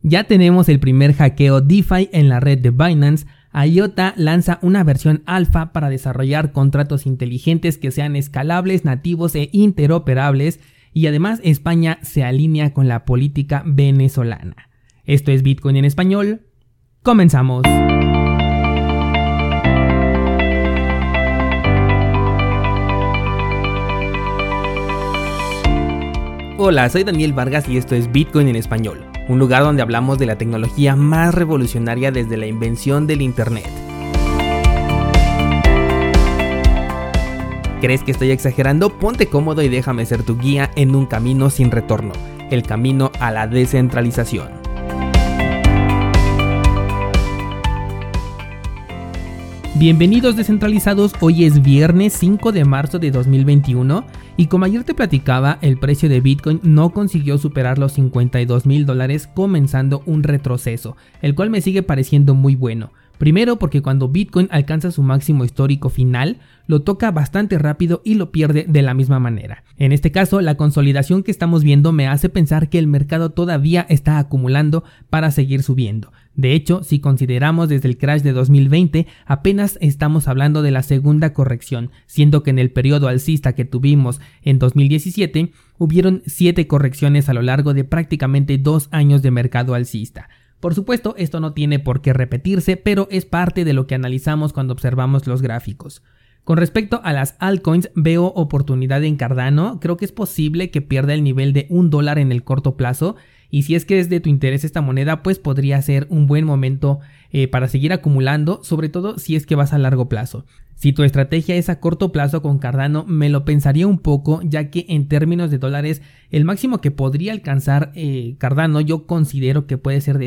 Ya tenemos el primer hackeo DeFi en la red de Binance. IOTA lanza una versión alfa para desarrollar contratos inteligentes que sean escalables, nativos e interoperables, y además España se alinea con la política venezolana. Esto es Bitcoin en español. Comenzamos. Hola, soy Daniel Vargas y esto es Bitcoin en español, un lugar donde hablamos de la tecnología más revolucionaria desde la invención del Internet. ¿Crees que estoy exagerando? Ponte cómodo y déjame ser tu guía en un camino sin retorno, el camino a la descentralización. Bienvenidos descentralizados, hoy es viernes 5 de marzo de 2021 y como ayer te platicaba, el precio de Bitcoin no consiguió superar los $52,000 comenzando un retroceso, el cual me sigue pareciendo muy bueno. Primero porque cuando Bitcoin alcanza su máximo histórico final, lo toca bastante rápido y lo pierde de la misma manera. En este caso, la consolidación que estamos viendo me hace pensar que el mercado todavía está acumulando para seguir subiendo. De hecho, si consideramos desde el crash de 2020, apenas estamos hablando de la segunda corrección, siendo que en el periodo alcista que tuvimos en 2017, hubieron 7 correcciones a lo largo de prácticamente 2 años de mercado alcista. Por supuesto, esto no tiene por qué repetirse, pero es parte de lo que analizamos cuando observamos los gráficos. Con respecto a las altcoins, veo oportunidad en Cardano. Creo que es posible que pierda el nivel de $1 en el corto plazo, y si es que es de tu interés esta moneda, pues podría ser un buen momento para seguir acumulando, sobre todo si es que vas a largo plazo. Si tu estrategia es a corto plazo con Cardano, me lo pensaría un poco, ya que en términos de dólares, el máximo que podría alcanzar Cardano yo considero que puede ser de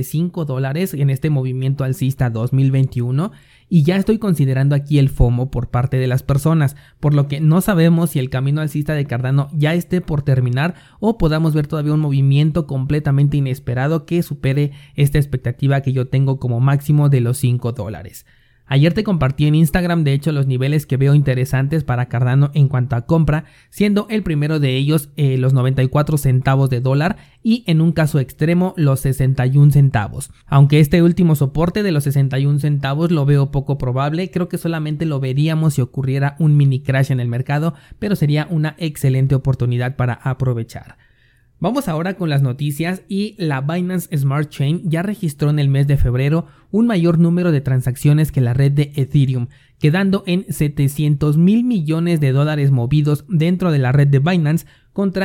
$5 en este movimiento alcista 2021, y ya estoy considerando aquí el FOMO por parte de las personas, por lo que no sabemos si el camino alcista de Cardano ya esté por terminar o podamos ver todavía un movimiento completamente inesperado que supere esta expectativa que yo tengo como máximo de los $5. Ayer te compartí en Instagram de hecho los niveles que veo interesantes para Cardano en cuanto a compra, siendo el primero de ellos los 94 centavos de dólar y en un caso extremo los 61 centavos. Aunque este último soporte de los 61 centavos lo veo poco probable, creo que solamente lo veríamos si ocurriera un mini crash en el mercado, pero sería una excelente oportunidad para aprovechar. Vamos ahora con las noticias y la Binance Smart Chain ya registró en el mes de febrero un mayor número de transacciones que la red de Ethereum, quedando en $700 mil millones movidos dentro de la red de Binance contra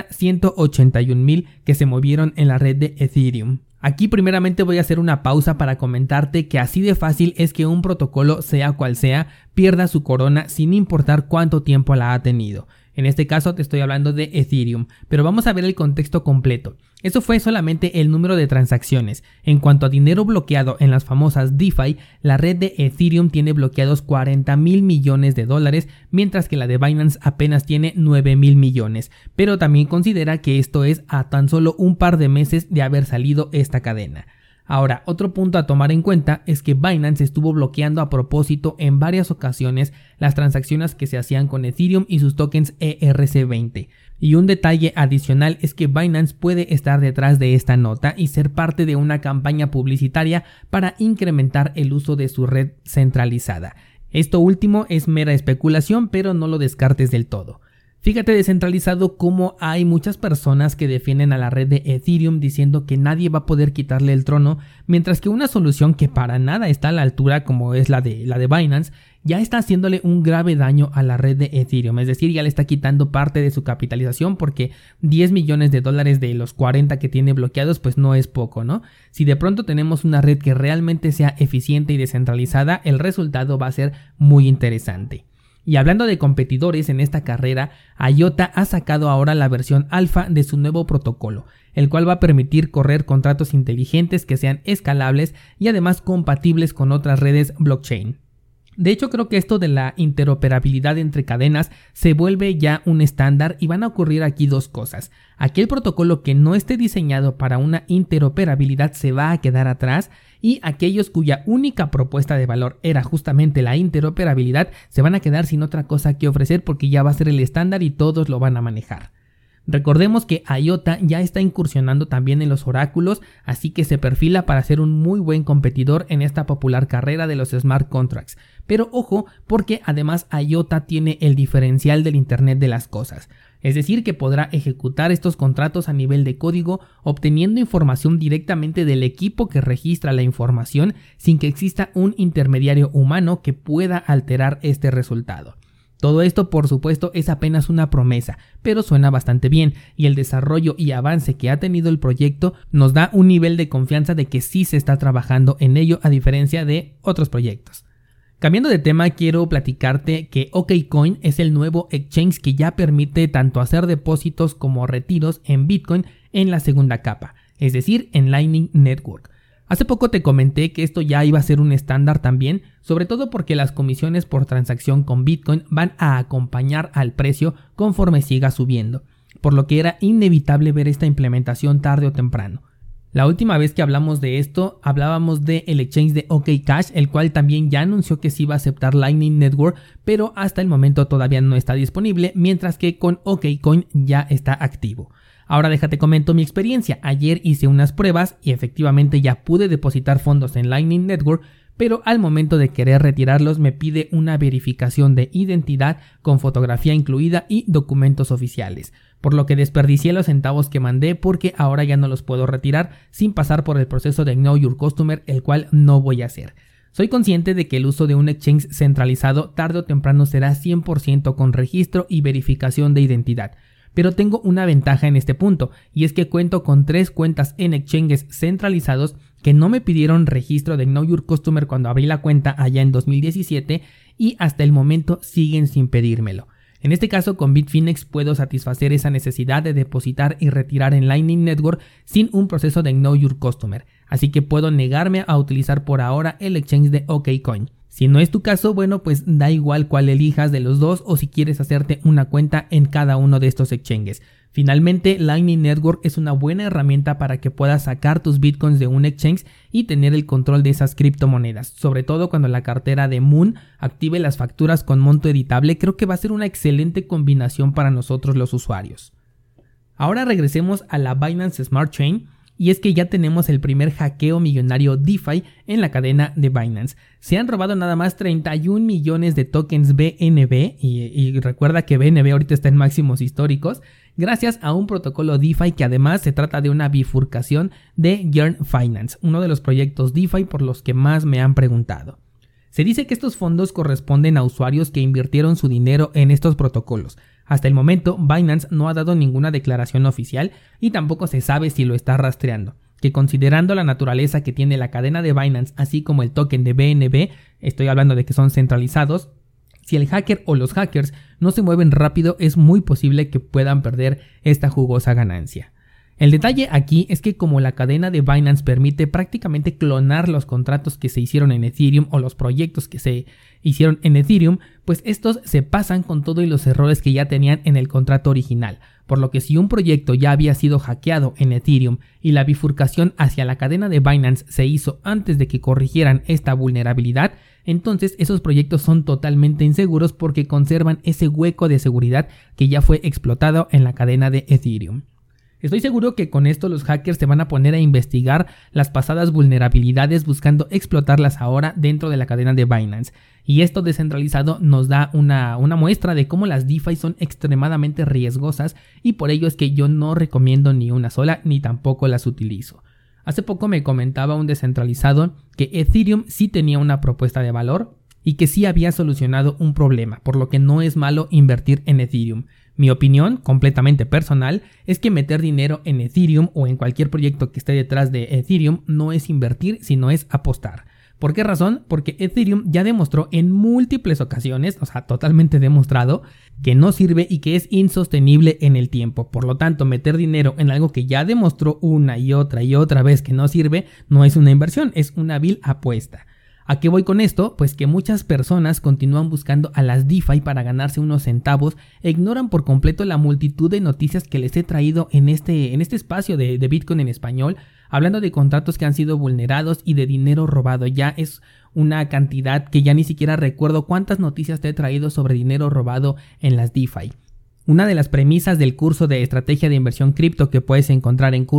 181,000 que se movieron en la red de Ethereum. Aquí primeramente voy a hacer una pausa para comentarte que así de fácil es que un protocolo, sea cual sea, pierda su corona sin importar cuánto tiempo la ha tenido. En este caso te estoy hablando de Ethereum, pero vamos a ver el contexto completo. Eso fue solamente el número de transacciones. En cuanto a dinero bloqueado en las famosas DeFi, la red de Ethereum tiene bloqueados $40 mil millones, mientras que la de Binance apenas tiene 9 mil millones. Pero también considera que esto es a tan solo un par de meses de haber salido esta cadena. Ahora, otro punto a tomar en cuenta es que Binance estuvo bloqueando a propósito en varias ocasiones las transacciones que se hacían con Ethereum y sus tokens ERC20. Y un detalle adicional es que Binance puede estar detrás de esta nota y ser parte de una campaña publicitaria para incrementar el uso de su red centralizada. Esto último es mera especulación, pero no lo descartes del todo. Fíjate descentralizado cómo hay muchas personas que defienden a la red de Ethereum diciendo que nadie va a poder quitarle el trono, mientras que una solución que para nada está a la altura como es la de Binance, ya está haciéndole un grave daño a la red de Ethereum, es decir, ya le está quitando parte de su capitalización porque $10 millones de los 40 que tiene bloqueados pues no es poco, ¿no? Si de pronto tenemos una red que realmente sea eficiente y descentralizada, el resultado va a ser muy interesante. Y hablando de competidores en esta carrera, IOTA ha sacado ahora la versión alfa de su nuevo protocolo, el cual va a permitir correr contratos inteligentes que sean escalables y además compatibles con otras redes blockchain. De hecho, creo que esto de la interoperabilidad entre cadenas se vuelve ya un estándar y van a ocurrir aquí dos cosas. Aquel protocolo que no esté diseñado para una interoperabilidad se va a quedar atrás y aquellos cuya única propuesta de valor era justamente la interoperabilidad se van a quedar sin otra cosa que ofrecer porque ya va a ser el estándar y todos lo van a manejar. Recordemos que IOTA ya está incursionando también en los oráculos, así que se perfila para ser un muy buen competidor en esta popular carrera de los smart contracts. Pero ojo, porque además IOTA tiene el diferencial del Internet de las cosas. Es decir, que podrá ejecutar estos contratos a nivel de código, obteniendo información directamente del equipo que registra la información sin que exista un intermediario humano que pueda alterar este resultado. Todo esto, por supuesto, es apenas una promesa, pero suena bastante bien, y el desarrollo y avance que ha tenido el proyecto nos da un nivel de confianza de que sí se está trabajando en ello, a diferencia de otros proyectos. Cambiando de tema, quiero platicarte que OKCoin es el nuevo exchange que ya permite tanto hacer depósitos como retiros en Bitcoin en la segunda capa, es decir, en Lightning Network. Hace poco te comenté que esto ya iba a ser un estándar también, sobre todo porque las comisiones por transacción con Bitcoin van a acompañar al precio conforme siga subiendo, por lo que era inevitable ver esta implementación tarde o temprano. La última vez que hablamos de esto, hablábamos del exchange de OKCash, el cual también ya anunció que sí iba a aceptar Lightning Network, pero hasta el momento todavía no está disponible, mientras que con OKCoin ya está activo. Ahora déjate comento mi experiencia. Ayer hice unas pruebas y efectivamente ya pude depositar fondos en Lightning Network, pero al momento de querer retirarlos me pide una verificación de identidad con fotografía incluida y documentos oficiales, por lo que desperdicié los centavos que mandé porque ahora ya no los puedo retirar sin pasar por el proceso de Know Your Customer, el cual no voy a hacer. Soy consciente de que el uso de un exchange centralizado tarde o temprano será 100% con registro y verificación de identidad. Pero tengo una ventaja en este punto, y es que cuento con 3 cuentas en exchanges centralizados que no me pidieron registro de Know Your Customer cuando abrí la cuenta allá en 2017 y hasta el momento siguen sin pedírmelo. En este caso, con Bitfinex puedo satisfacer esa necesidad de depositar y retirar en Lightning Network sin un proceso de Know Your Customer, así que puedo negarme a utilizar por ahora el exchange de OKCoin. Si no es tu caso, bueno, pues da igual cuál elijas de los dos o si quieres hacerte una cuenta en cada uno de estos exchanges. Finalmente, Lightning Network es una buena herramienta para que puedas sacar tus bitcoins de un exchange y tener el control de esas criptomonedas, sobre todo cuando la cartera de Moon active las facturas con monto editable. Creo que va a ser una excelente combinación para nosotros los usuarios. Ahora regresemos a la Binance Smart Chain. Y es que ya tenemos el primer hackeo millonario DeFi en la cadena de Binance. Se han robado nada más 31 millones de tokens BNB y recuerda que BNB ahorita está en máximos históricos gracias a un protocolo DeFi que además se trata de una bifurcación de Yearn Finance, uno de los proyectos DeFi por los que más me han preguntado. Se dice que estos fondos corresponden a usuarios que invirtieron su dinero en estos protocolos. Hasta el momento, Binance no ha dado ninguna declaración oficial y tampoco se sabe si lo está rastreando, que considerando la naturaleza que tiene la cadena de Binance así como el token de BNB, estoy hablando de que son centralizados, si el hacker o los hackers no se mueven rápido es muy posible que puedan perder esta jugosa ganancia. El detalle aquí es que como la cadena de Binance permite prácticamente clonar los contratos que se hicieron en Ethereum o los proyectos que se hicieron en Ethereum, pues estos se pasan con todo y los errores que ya tenían en el contrato original, por lo que si un proyecto ya había sido hackeado en Ethereum y la bifurcación hacia la cadena de Binance se hizo antes de que corrigieran esta vulnerabilidad, entonces esos proyectos son totalmente inseguros porque conservan ese hueco de seguridad que ya fue explotado en la cadena de Ethereum. Estoy seguro que con esto los hackers se van a poner a investigar las pasadas vulnerabilidades buscando explotarlas ahora dentro de la cadena de Binance. Y esto descentralizado nos da una muestra de cómo las DeFi son extremadamente riesgosas y por ello es que yo no recomiendo ni una sola ni tampoco las utilizo. Hace poco me comentaba un descentralizado que Ethereum sí tenía una propuesta de valor y que sí había solucionado un problema, por lo que no es malo invertir en Ethereum. Mi opinión, completamente personal, es que meter dinero en Ethereum o en cualquier proyecto que esté detrás de Ethereum no es invertir, sino es apostar. ¿Por qué razón? Porque Ethereum ya demostró en múltiples ocasiones, o sea, totalmente demostrado, que no sirve y que es insostenible en el tiempo. Por lo tanto, meter dinero en algo que ya demostró una y otra vez que no sirve, no es una inversión, es una vil apuesta. ¿A qué voy con esto? Pues que muchas personas continúan buscando a las DeFi para ganarse unos centavos e ignoran por completo la multitud de noticias que les he traído en este espacio de Bitcoin en español, hablando de contratos que han sido vulnerados y de dinero robado. Ya es una cantidad que ya ni siquiera recuerdo cuántas noticias te he traído sobre dinero robado en las DeFi. Una de las premisas del curso de estrategia de inversión cripto que puedes encontrar en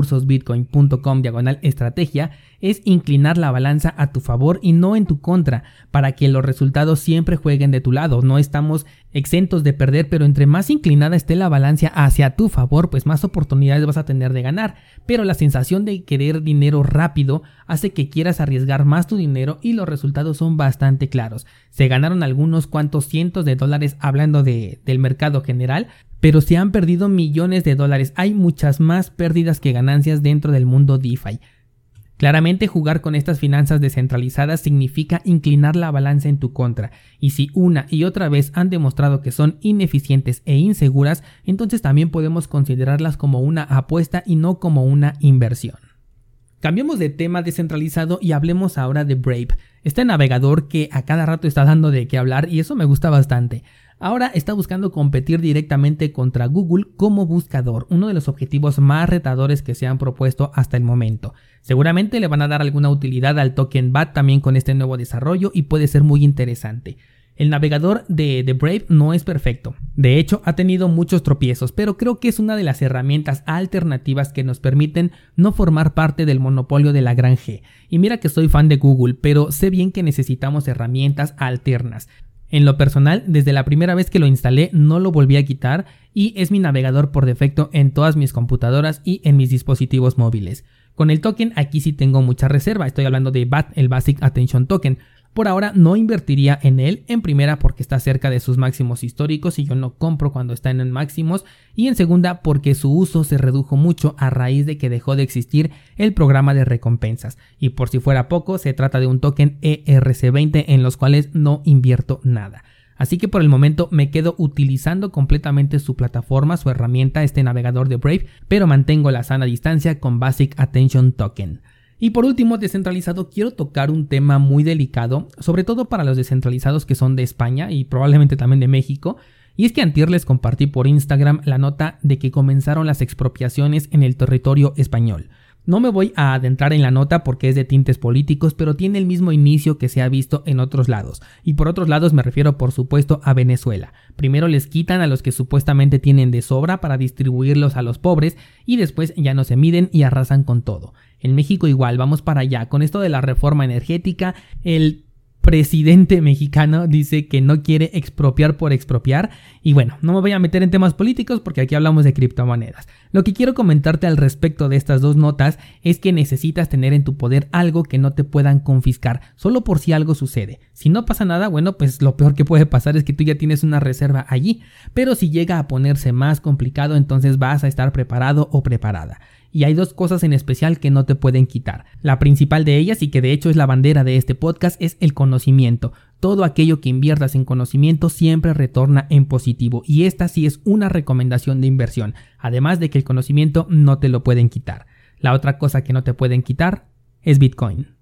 cursosbitcoin.com/estrategia es inclinar la balanza a tu favor y no en tu contra, para que los resultados siempre jueguen de tu lado. No estamos exentos de perder, pero entre más inclinada esté la balanza hacia tu favor, pues más oportunidades vas a tener de ganar. Pero la sensación de querer dinero rápido hace que quieras arriesgar más tu dinero y los resultados son bastante claros. Se ganaron algunos cuantos cientos de dólares hablando del mercado general, pero se han perdido millones de dólares. Hay muchas más pérdidas que ganancias dentro del mundo DeFi. Claramente jugar con estas finanzas descentralizadas significa inclinar la balanza en tu contra, y si una y otra vez han demostrado que son ineficientes e inseguras, entonces también podemos considerarlas como una apuesta y no como una inversión. Cambiemos de tema descentralizado y hablemos ahora de Brave, este navegador que a cada rato está dando de qué hablar y eso me gusta bastante. Ahora está buscando competir directamente contra Google como buscador, uno de los objetivos más retadores que se han propuesto hasta el momento. Seguramente le van a dar alguna utilidad al token BAT también con este nuevo desarrollo y puede ser muy interesante. El navegador de Brave no es perfecto, de hecho ha tenido muchos tropiezos, pero creo que es una de las herramientas alternativas que nos permiten no formar parte del monopolio de la gran G. Y mira que soy fan de Google, pero sé bien que necesitamos herramientas alternas. En lo personal, desde la primera vez que lo instalé no lo volví a quitar y es mi navegador por defecto en todas mis computadoras y en mis dispositivos móviles. Con el token aquí sí tengo mucha reserva, estoy hablando de BAT, el Basic Attention Token. Por ahora no invertiría en él, en primera porque está cerca de sus máximos históricos y yo no compro cuando están en máximos, y en segunda porque su uso se redujo mucho a raíz de que dejó de existir el programa de recompensas, y por si fuera poco se trata de un token ERC20 en los cuales no invierto nada. Así que por el momento me quedo utilizando completamente su plataforma, su herramienta, este navegador de Brave, pero mantengo la sana distancia con Basic Attention Token. Y por último, descentralizado, quiero tocar un tema muy delicado, sobre todo para los descentralizados que son de España y probablemente también de México, y es que antier les compartí por Instagram la nota de que comenzaron las expropiaciones en el territorio español. No me voy a adentrar en la nota porque es de tintes políticos, pero tiene el mismo inicio que se ha visto en otros lados. Y por otros lados me refiero por supuesto a Venezuela. Primero les quitan a los que supuestamente tienen de sobra para distribuirlos a los pobres y después ya no se miden y arrasan con todo. En México igual, vamos para allá. Con esto de la reforma energética, el presidente mexicano dice que no quiere expropiar por expropiar y bueno, no me voy a meter en temas políticos porque aquí hablamos de criptomonedas. Lo que quiero comentarte al respecto de estas dos notas es que necesitas tener en tu poder algo que no te puedan confiscar, solo por si algo sucede. Si no pasa nada, bueno, pues lo peor que puede pasar es que tú ya tienes una reserva allí, pero si llega a ponerse más complicado, entonces vas a estar preparado o preparada. Y hay dos cosas en especial que no te pueden quitar. La principal de ellas, y que de hecho es la bandera de este podcast, es el conocimiento. Todo aquello que inviertas en conocimiento siempre retorna en positivo. Y esta sí es una recomendación de inversión. Además de que el conocimiento no te lo pueden quitar. La otra cosa que no te pueden quitar es Bitcoin.